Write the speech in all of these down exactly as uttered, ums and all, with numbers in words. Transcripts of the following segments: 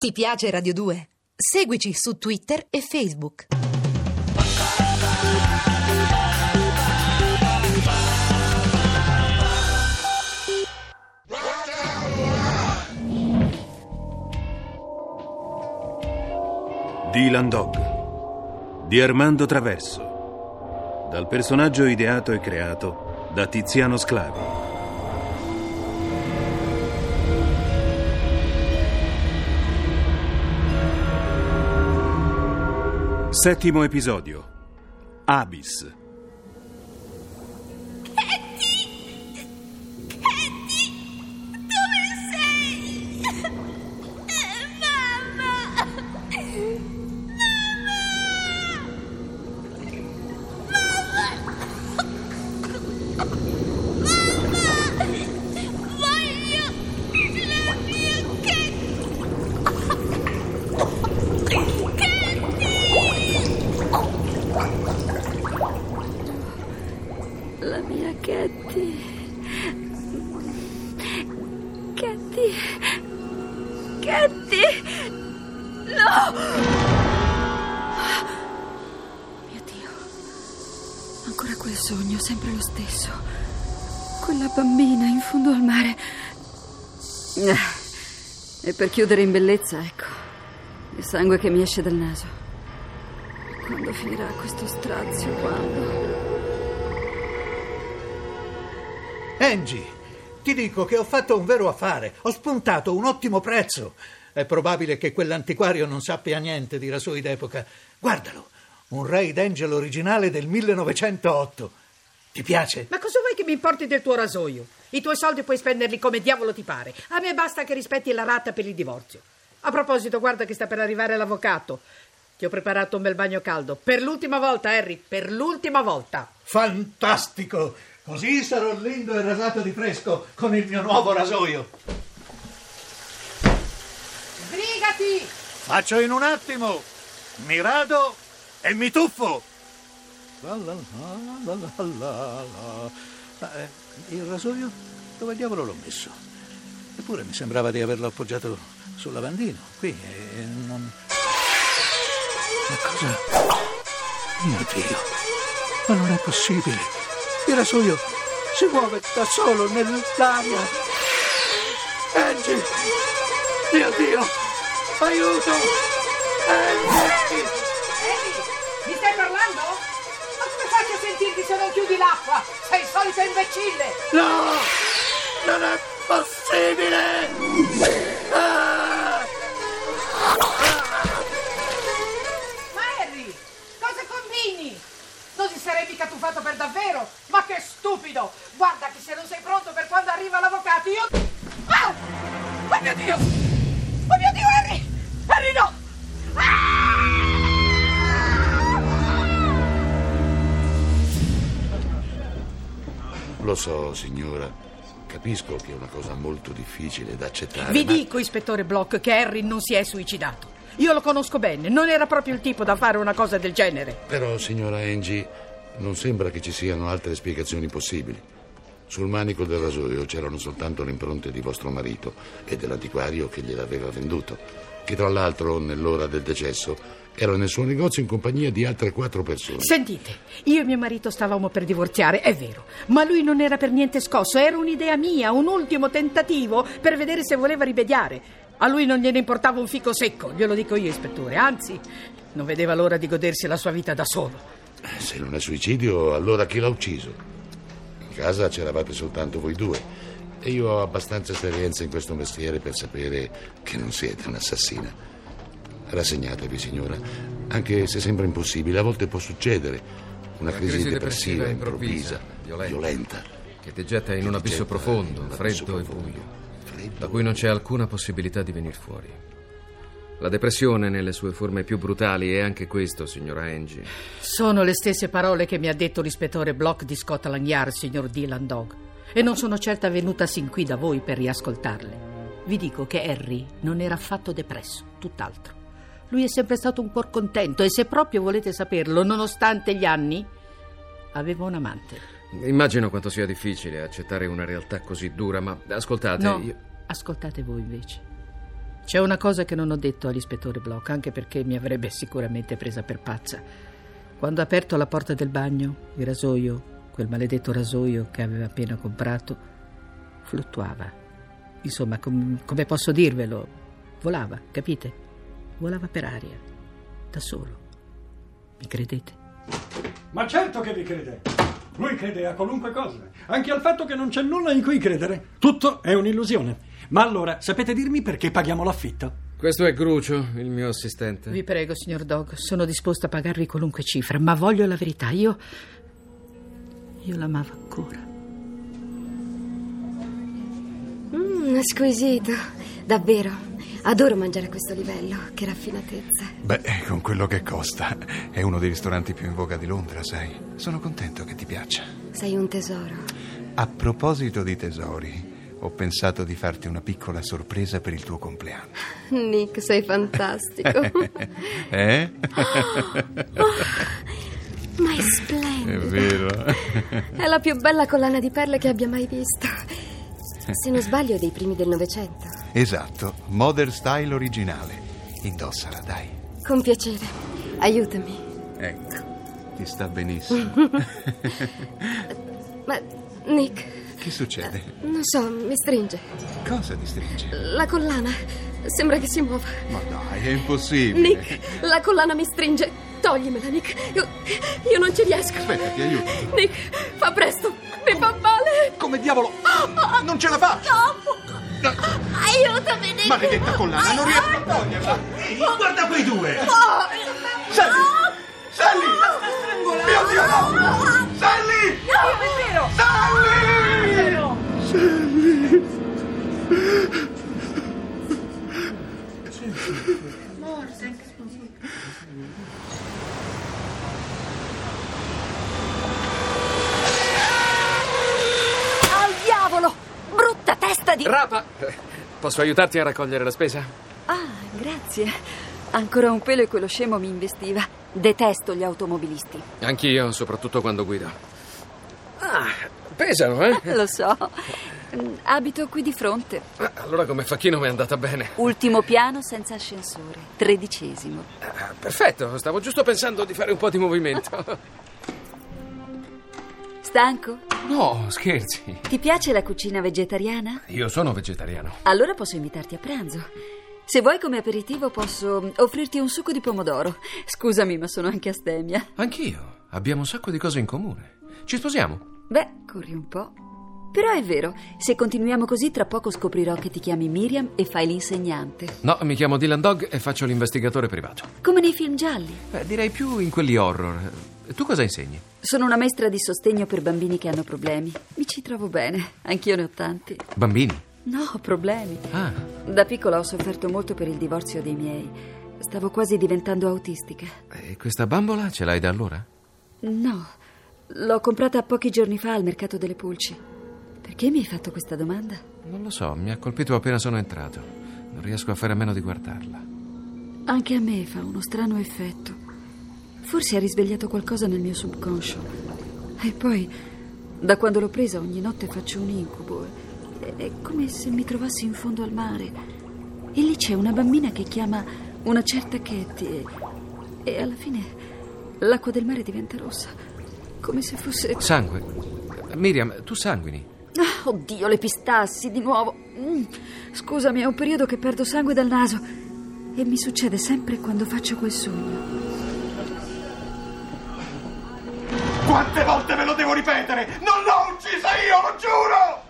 Ti piace Radio due? Seguici su Twitter e Facebook. Dylan Dog di Armando Traverso, dal personaggio ideato e creato da Tiziano Sclavi. Settimo episodio. Abyss. Katie! Katie! Dove sei? Mamma! La mia Katie. Katie. Katie. No! Mio Dio. Ancora quel sogno, sempre lo stesso. Quella bambina in fondo al mare. E per chiudere in bellezza, ecco, il sangue che mi esce dal naso. Quando finirà questo strazio, quando... Angie, ti dico che ho fatto un vero affare. Ho spuntato un ottimo prezzo. È probabile che quell'antiquario non sappia niente di rasoi d'epoca. Guardalo, un Ray d'Angel originale del millenovecentootto. Ti piace? Ma cosa vuoi che mi importi del tuo rasoio? I tuoi soldi puoi spenderli come diavolo ti pare. A me basta che rispetti la rata per il divorzio. A proposito, guarda che sta per arrivare l'avvocato. Ti ho preparato un bel bagno caldo. Per l'ultima volta, Harry, per l'ultima volta. Fantastico! Così sarò lindo e rasato di fresco con il mio nuovo rasoio. Sbrigati! Faccio in un attimo. Mi rado e mi tuffo. La la la la la la la. Ma, eh, il rasoio dove diavolo l'ho messo? Eppure mi sembrava di averlo appoggiato sul lavandino. Qui e non... Ma cosa? Mio Dio, ma non è possibile. Il rasoio si muove da solo nell'aria. Angie! Mio Dio! Aiuto! Angie! Harry, mi stai parlando? Ma come faccio a sentirti se non chiudi l'acqua? Sei il solito imbecille! No! Non è possibile! Ah! Ma Harry, cosa combini? Non ti sarei mica tuffato per davvero? Ma che stupido! Guarda che se non sei pronto per quando arriva l'avvocato io... Ah! Oh mio Dio! Oh mio Dio, Harry! Harry, no! Lo so, signora. Capisco che è una cosa molto difficile da accettare. Vi ma... dico, ispettore Block, che Harry non si è suicidato. Io lo conosco bene, non era proprio il tipo da fare una cosa del genere. Però, signora Angie, non sembra che ci siano altre spiegazioni possibili. Sul manico del rasoio c'erano soltanto le impronte di vostro marito e dell'antiquario che gliel'aveva venduto, che tra l'altro nell'ora del decesso era nel suo negozio in compagnia di altre quattro persone. Sentite, io e mio marito stavamo per divorziare, è vero, ma lui non era per niente scosso, era un'idea mia, un ultimo tentativo per vedere se voleva rimediare. A lui non gliene importava un fico secco, glielo dico io, ispettore, anzi, non vedeva l'ora di godersi la sua vita da solo. Se non è suicidio, allora chi l'ha ucciso? In casa c'eravate soltanto voi due e io ho abbastanza esperienza in questo mestiere per sapere che non siete un'assassina. Rassegnatevi, signora, anche se sembra impossibile, a volte può succedere. Una, Una crisi, crisi depressiva, depressiva improvvisa, improvvisa violenta, violenta, che ti getta in un abisso profondo, freddo e buio, da cui non c'è alcuna possibilità di venir fuori. La depressione nelle sue forme più brutali è anche questo, signora Angie. Sono le stesse parole che mi ha detto l'ispettore Block di Scotland Yard, signor Dylan Dog, e non sono certa venuta sin qui da voi per riascoltarle. Vi dico che Harry non era affatto depresso, tutt'altro. Lui è sempre stato un cuor contento e, se proprio volete saperlo, nonostante gli anni, aveva un amante. Immagino quanto sia difficile accettare una realtà così dura, ma ascoltate... No, io... ascoltate voi invece. C'è una cosa che non ho detto all'ispettore Bloch, anche perché mi avrebbe sicuramente presa per pazza. Quando ha aperto la porta del bagno, il rasoio, quel maledetto rasoio che aveva appena comprato, fluttuava. Insomma, com- come posso dirvelo? Volava, capite? Volava per aria, da solo. Mi credete? Ma certo che vi crede. Lui crede a qualunque cosa, anche al fatto che non c'è nulla in cui credere. Tutto è un'illusione. Ma allora, sapete dirmi perché paghiamo l'affitto? Questo è Grucio, il mio assistente. Vi prego, signor Dog, sono disposta a pagarvi qualunque cifra, ma voglio la verità. Io... Io l'amavo ancora. Mmm, squisito. Davvero. Adoro mangiare a questo livello. Che raffinatezza. Beh, con quello che costa. È uno dei ristoranti più in voga di Londra, sai. Sono contento che ti piaccia. Sei un tesoro. A proposito di tesori, ho pensato di farti una piccola sorpresa per il tuo compleanno. Nick, sei fantastico. Eh? Oh, ma è splendido. È vero. È la più bella collana di perle che abbia mai visto. Se non sbaglio è dei primi del Novecento. Esatto, modern style originale. Indossala, dai. Con piacere. Aiutami. Ecco, ti sta benissimo. Ma, Nick... Che succede? Non so, mi stringe. Cosa ti stringe? La collana. Sembra che si muova. Ma dai, è impossibile. Nick, la collana mi stringe. Toglimela, Nick. Io, io non ci riesco. Aspetta, ti aiuto. Nick, fa presto. Mi fa male. Come diavolo? Non ce la faccio. No. Aiutami, Nick. Maledetta collana, non riesco a toglierla. Guarda quei due. Sally. Sally. Mio Dio, no. Sally. No, è vero. Sally. Sally. Al diavolo! Brutta testa di... Rapa! Posso aiutarti a raccogliere la spesa? Ah, grazie. Ancora un pelo e quello scemo mi investiva. Detesto gli automobilisti. Anch'io, soprattutto quando guido. Ah, pesano, eh? Lo so. Abito qui di fronte. Allora come facchino mi è andata bene. Ultimo piano senza ascensore. Tredicesimo. Ah, perfetto, stavo giusto pensando di fare un po' di movimento. Stanco? No, scherzi. Ti piace la cucina vegetariana? Io sono vegetariano. Allora posso invitarti a pranzo. Se vuoi come aperitivo posso offrirti un succo di pomodoro. Scusami, ma sono anche astemia. Anch'io. Abbiamo un sacco di cose in comune. Ci sposiamo? Beh, corri un po'. Però è vero, se continuiamo così tra poco scoprirò che ti chiami Miriam e fai l'insegnante. No, mi chiamo Dylan Dog e faccio l'investigatore privato. Come nei film gialli. Beh, direi più in quelli horror. Tu cosa insegni? Sono una maestra di sostegno per bambini che hanno problemi. Mi ci trovo bene, anch'io ne ho tanti. Bambini? No, problemi. Ah. Da piccola ho sofferto molto per il divorzio dei miei. Stavo quasi diventando autistica. E questa bambola ce l'hai da allora? No, l'ho comprata pochi giorni fa al mercato delle pulci. Perché mi hai fatto questa domanda? Non lo so, mi ha colpito appena sono entrato. Non riesco a fare a meno di guardarla. Anche a me fa uno strano effetto. Forse ha risvegliato qualcosa nel mio subconscio. E poi, da quando l'ho presa, ogni notte faccio un incubo. È come se mi trovassi in fondo al mare. E lì c'è una bambina che chiama una certa Katie. E, e alla fine l'acqua del mare diventa rossa. Come se fosse... Sangue. Miriam, tu sanguini. Ah, oddio, le pistassi di nuovo. Mm. Scusami, è un periodo che perdo sangue dal naso. E mi succede sempre quando faccio quel sogno. Quante volte ve lo devo ripetere? Non l'ho uccisa io, lo giuro!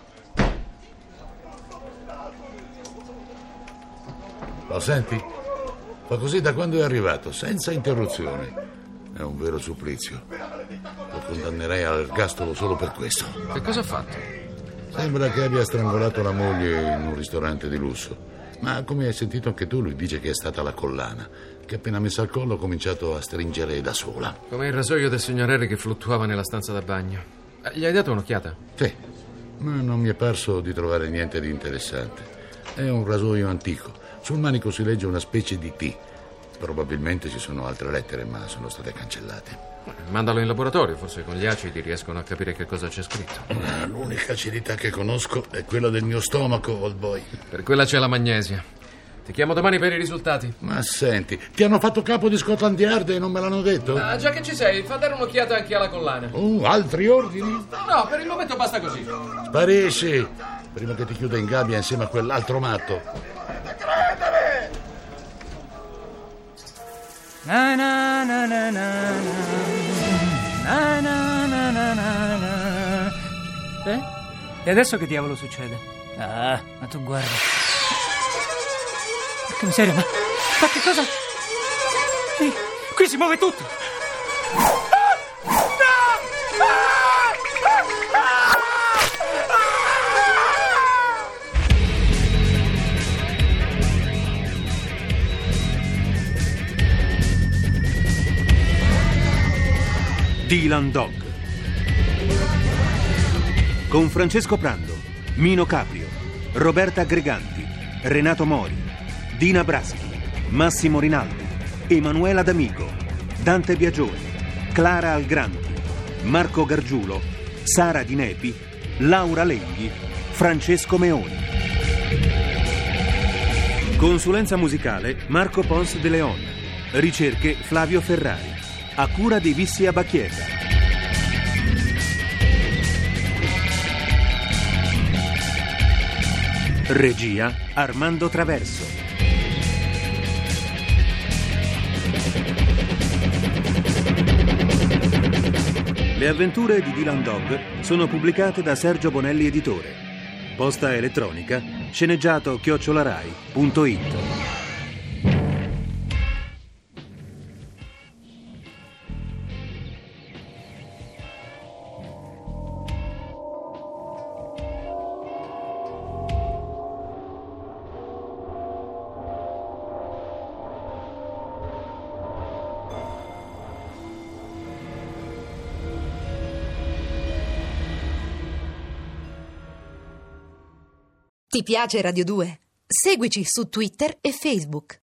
Lo senti? Fa così da quando è arrivato, senza interruzione. È un vero supplizio. Lo condannerei all'ergastolo solo per questo. Che cosa ha fatto? Sembra che abbia strangolato la moglie in un ristorante di lusso. Ma come hai sentito anche tu, lui dice che è stata la collana, che appena messa al collo ha cominciato a stringere da sola. Come il rasoio del signor Harry che fluttuava nella stanza da bagno. Gli hai dato un'occhiata? Sì, ma non mi è parso di trovare niente di interessante. È un rasoio antico. Sul manico si legge una specie di T. Probabilmente ci sono altre lettere, ma sono state cancellate. Mandalo in laboratorio, forse con gli acidi riescono a capire che cosa c'è scritto. L'unica acidità che conosco è quella del mio stomaco, old boy. Per quella c'è la magnesia. Ti chiamo domani per i risultati. Ma senti, ti hanno fatto capo di Scotland Yard e non me l'hanno detto? Ah, già che ci sei, fa dare un'occhiata anche alla collana. Oh, altri ordini? No, per il momento basta così. Sparisci, prima che ti chiuda in gabbia insieme a quell'altro matto. Na na na na na na na na na na na. Eh? E adesso che diavolo succede? Ah, ma tu guarda. Che miseria, ma, ma che cosa? Qui, qui si muove tutto. Dylan Dog con Francesco Prando, Mino Caprio, Roberta Greganti, Renato Mori, Dina Braschi, Massimo Rinaldi, Emanuela D'Amico, Dante Biagioni, Clara Algranti, Marco Gargiulo, Sara Di Nepi, Laura Lenghi, Francesco Meoni. Consulenza musicale Marco Pons de Leon. Ricerche Flavio Ferrari. A cura di Vissi Abacchieta. Regia Armando Traverso. Le avventure di Dylan Dog sono pubblicate da Sergio Bonelli Editore. Posta elettronica sceneggiato chiocciolarai punto it. Ti piace Radio due? Seguici su Twitter e Facebook.